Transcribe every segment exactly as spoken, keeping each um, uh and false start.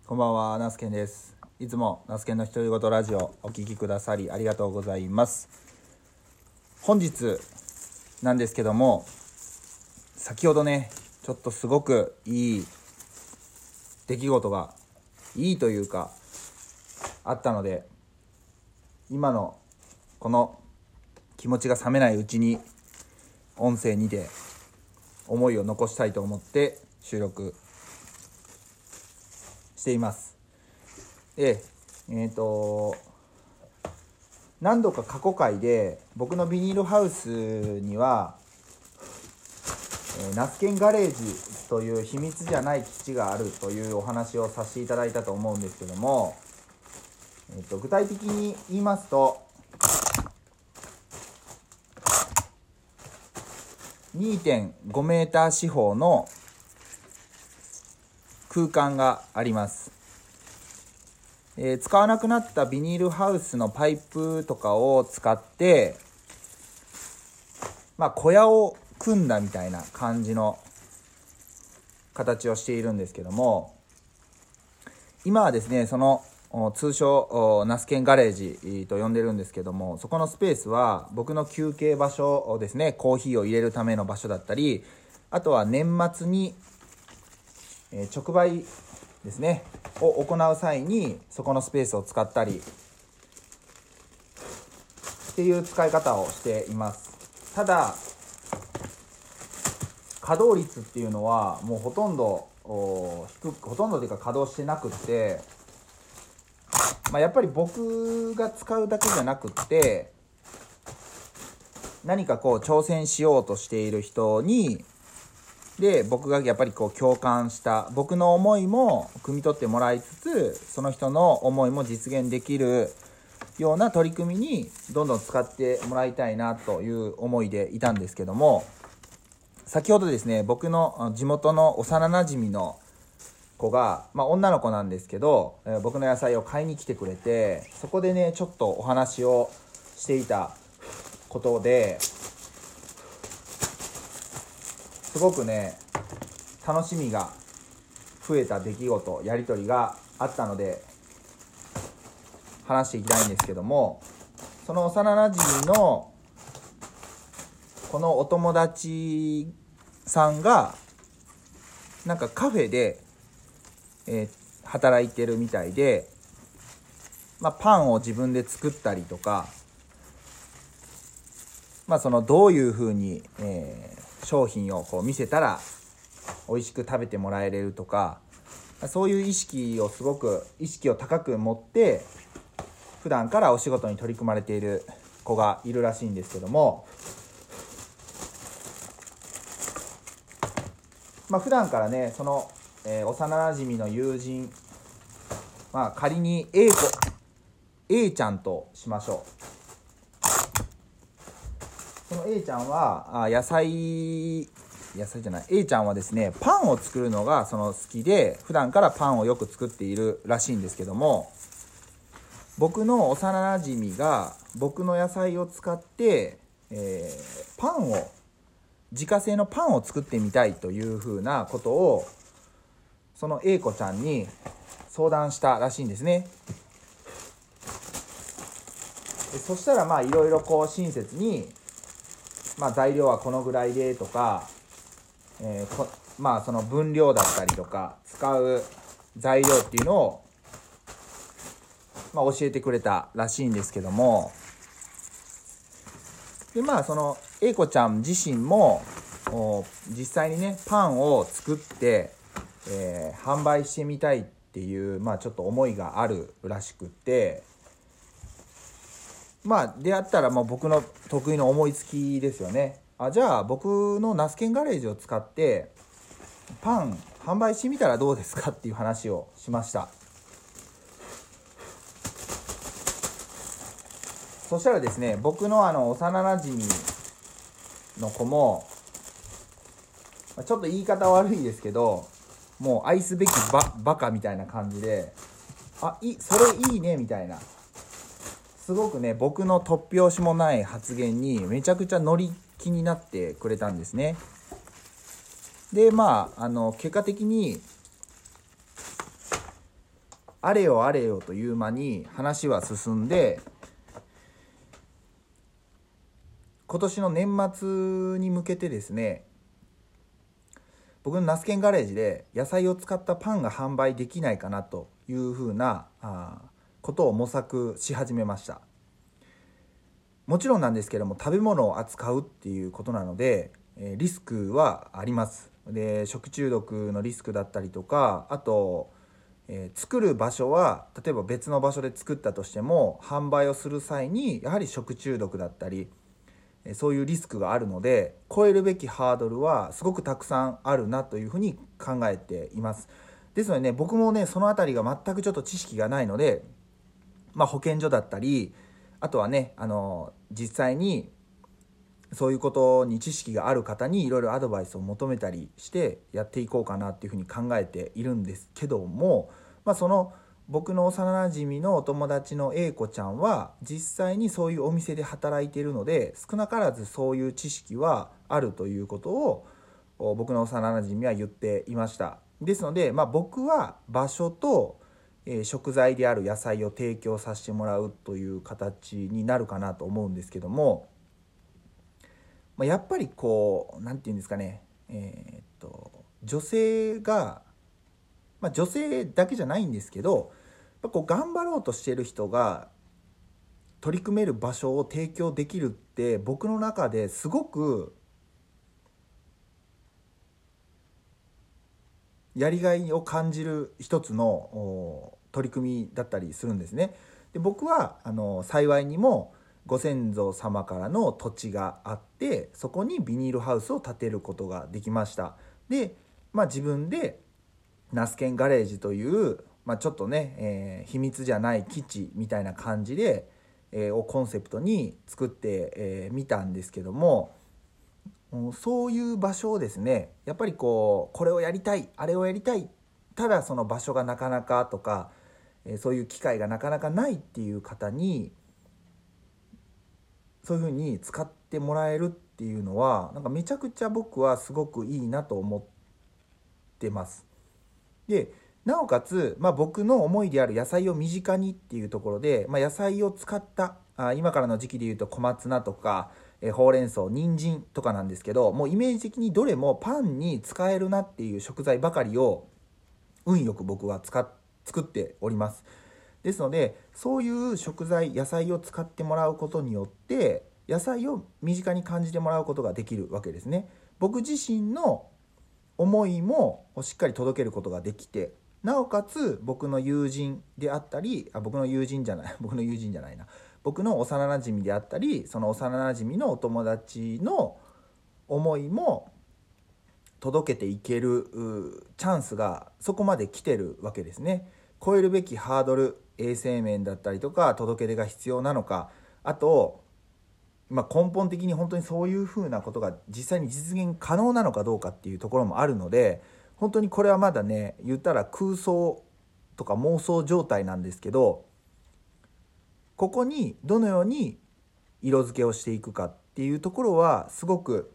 こんばんは、ナスケンです。いつもナスケンの独り言ラジオお聞きくださりありがとうございます。本日なんですけども、先ほどねちょっとすごくいい出来事がいいというかあったので、今のこの気持ちが冷めないうちに音声にて思いを残したいと思って収録しています。で、えっと何度か過去回で僕のビニールハウスには、えー、ナスケンガレージという秘密じゃない基地があるというお話をさせていただいたと思うんですけども、えー、と具体的に言いますと にてんごメーター四方の空間があります。えー、使わなくなったビニールハウスのパイプとかを使って、まあ、小屋を組んだみたいな感じの形をしているんですけども、今はですねその通称ナスケンガレージと呼んでるんですけども、そこのスペースは僕の休憩場所ですね、コーヒーを入れるための場所だったり、あとは年末に直売ですねを行う際にそこのスペースを使ったりっていう使い方をしています。ただ稼働率っていうのはもうほとんど低くほとんどというか稼働してなくって、まあ、やっぱり僕が使うだけじゃなくって何かこう挑戦しようとしている人にで僕がやっぱりこう共感した僕の思いも汲み取ってもらいつつ、その人の思いも実現できるような取り組みにどんどん使ってもらいたいなという思いでいたんですけども、先ほどですね僕の地元の幼なじみの子が、まあ、女の子なんですけど、えー、僕の野菜を買いに来てくれて、そこでねちょっとお話をしていたことですごくね楽しみが増えた出来事、やり取りがあったので話していきたいんですけども、その幼なじみのこのお友達さんがなんかカフェで、えー、働いてるみたいで、まあ、パンを自分で作ったりとか、まあ、そのどういうふうに、えー商品をこう見せたら美味しく食べてもらえれるとか、そういう意識をすごく意識を高く持って普段からお仕事に取り組まれている子がいるらしいんですけども、まあ普段からねその、えー、幼なじみの友人、まあ仮に A 子 A ちゃんとしましょう。この A ちゃんはあ野菜野菜じゃない A ちゃんはですねパンを作るのがその好きで、普段からパンをよく作っているらしいんですけども、僕の幼なじみが僕の野菜を使って、えー、パンを自家製のパンを作ってみたいというふうなことをその A 子ちゃんに相談したらしいんですね。でそしたらまあいろいろこう親切に、まあ、材料はこのぐらいでとか、えーこまあ、その分量だったりとか使う材料っていうのを、まあ、教えてくれたらしいんですけども、でまあその A 子ちゃん自身も実際にねパンを作って、えー、販売してみたいっていう、まあ、ちょっと思いがあるらしくって、まあであったらもう僕の得意の思いつきですよね。あじゃあ僕のナスケンガレージを使ってパン販売してみたらどうですかっていう話をしました。そしたらですね僕のあの幼なじみの子もちょっと言い方悪いですけど、もう愛すべきババカみたいな感じで、あいそれいいねみたいな、すごくね僕の突拍子もない発言にめちゃくちゃ乗り気になってくれたんですね。でまああの結果的にあれよあれよという間に話は進んで、今年の年末に向けてですね、僕のナスケンガレージで野菜を使ったパンが販売できないかなというふうなあことを模索し始めました。もちろんなんですけども、食べ物を扱うっていうことなので、えー、リスクはあります。で、食中毒のリスクだったりとか、あと、えー、作る場所は例えば別の場所で作ったとしても、販売をする際にやはり食中毒だったり、えー、そういうリスクがあるので、超えるべきハードルはすごくたくさんあるなというふうに考えています。ですのでね、僕もねそのあたりが全くちょっと知識がないので、まあ、保健所だったり、あとはね、あの実際にそういうことに知識がある方にいろいろアドバイスを求めたりしてやっていこうかなっていうふうに考えているんですけども、まあ、その僕の幼なじみのお友達の A 子ちゃんは実際にそういうお店で働いているので、少なからずそういう知識はあるということを僕の幼なじみは言っていました。ですので、まあ、僕は場所とえー、食材である野菜を提供させてもらうという形になるかなと思うんですけども、まあ、やっぱりこうなんていうんですかね、えー、っと女性が、まあ、女性だけじゃないんですけど、やっぱこう頑張ろうとしている人が取り組める場所を提供できるって、僕の中ですごくやりがいを感じる一つの取り組みだったりするんですね。で、僕はあの幸いにもご先祖様からの土地があって、そこにビニールハウスを建てることができました。で、まあ、自分でナスケンガレージという、まあ、ちょっとね、えー、秘密じゃない基地みたいな感じで、えー、をコンセプトに作ってみ、えー、たんですけども、そういう場所をですね、やっぱりこうこれをやりたい、あれをやりたい、ただその場所がなかなかとか、えー、そういう機会がなかなかないっていう方にそういうふうに使ってもらえるっていうのは、なんかめちゃくちゃ僕はすごくいいなと思ってます。でなおかつ、まあ、僕の思いである野菜を身近にっていうところで、まあ、野菜を使ったあ今からの時期でいうと小松菜とか、えほうれん草、人参とかなんですけど、もうイメージ的にどれもパンに使えるなっていう食材ばかりを運よく僕は使っ作っております。ですので、そういう食材、野菜を使ってもらうことによって野菜を身近に感じてもらうことができるわけですね。僕自身の思いもしっかり届けることができて、なおかつ僕の友人であったり、あ僕の友人じゃない僕の友人じゃないな僕の幼なじみであったり、その幼なじみのお友達の思いも届けていけるチャンスがそこまで来てるわけですね。超えるべきハードル、衛生面だったりとか届け出が必要なのか、あと、まあ、根本的に本当にそういうふうなことが実際に実現可能なのかどうかっていうところもあるので、本当にこれはまだね、言ったら空想とか妄想状態なんですけど、ここにどのように色付けをしていくかっていうところはすごく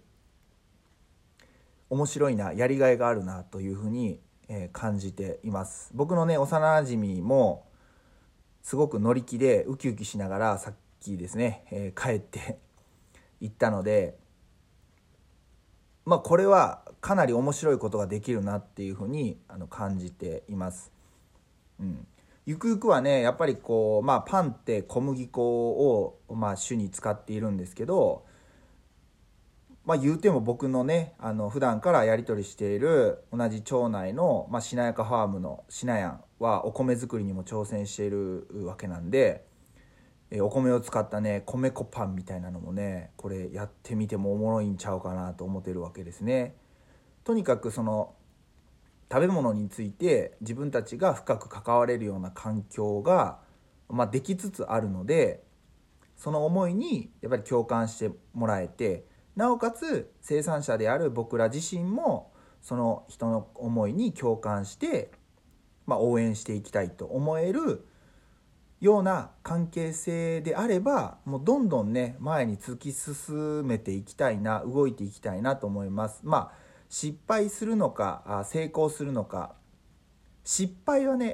面白いな、やりがいがあるなというふうに感じています。僕のね幼なじみもすごく乗り気でウキウキしながらさっきですね、えー、帰って行ったので、まあこれはかなり面白いことができるなっていうふうにあの感じています。うん、ゆくゆくはね、やっぱりこう、まあ、パンって小麦粉を、まあ、主に使っているんですけど、まあ、言うても僕のね、あの普段からやり取りしている同じ町内の、まあ、しなやかファームのしなやんはお米作りにも挑戦しているわけなんで、えお米を使ったね米粉パンみたいなのもね、これやってみてもおもろいんちゃうかなと思ってるわけですね。とにかくその食べ物について自分たちが深く関われるような環境が、まあ、できつつあるので、その思いにやっぱり共感してもらえて、なおかつ生産者である僕ら自身もその人の思いに共感して、まあ、応援していきたいと思えるような関係性であれば、もうどんどんね前に突き進めていきたいな、動いていきたいなと思います。まあ失敗するのか成功するのか、失敗はねあっ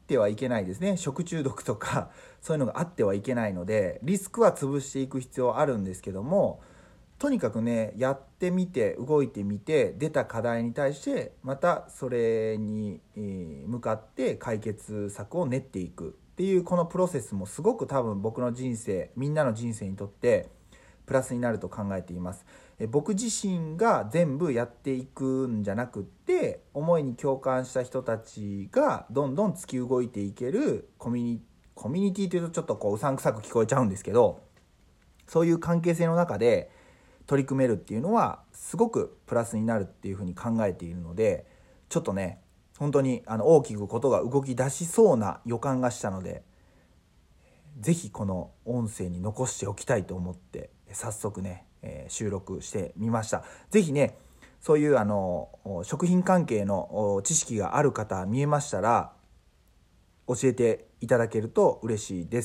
ってはいけないですね。食中毒とかそういうのがあってはいけないので、リスクは潰していく必要はあるんですけども、とにかくねやってみて動いてみて出た課題に対してまたそれに向かって解決策を練っていくっていうこのプロセスもすごく多分僕の人生、みんなの人生にとってプラスになると考えています。え僕自身が全部やっていくんじゃなくって、思いに共感した人たちがどんどん突き動いていけるコミュニコミュニティというとちょっとこううさんくさく聞こえちゃうんですけど、そういう関係性の中で取り組めるっていうのはすごくプラスになるっていうふうに考えているので、ちょっとね本当にあの大きくことが動き出しそうな予感がしたので、ぜひこの音声に残しておきたいと思って早速ね、えー、収録してみました。ぜひねそういうあの食品関係の知識がある方見えましたら教えていただけると嬉しいです。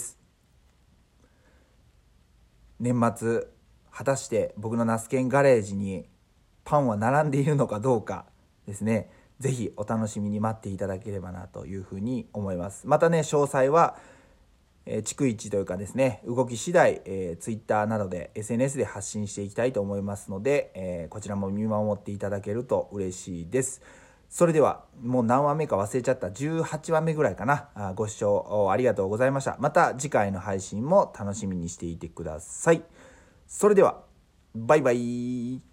年末果たして僕のナスケンガレージにパンは並んでいるのかどうかですね、ぜひお楽しみに待っていただければなというふうに思います。またね詳細はえー、逐一というかですね、動き次第、えー、Twitter などで エスエヌエス で発信していきたいと思いますので、えー、こちらも見守っていただけると嬉しいです。それではもう何話目か忘れちゃった、じゅうはちわめぐらいかな。あご視聴ありがとうございました。また次回の配信も楽しみにしていてください。それではバイバイ。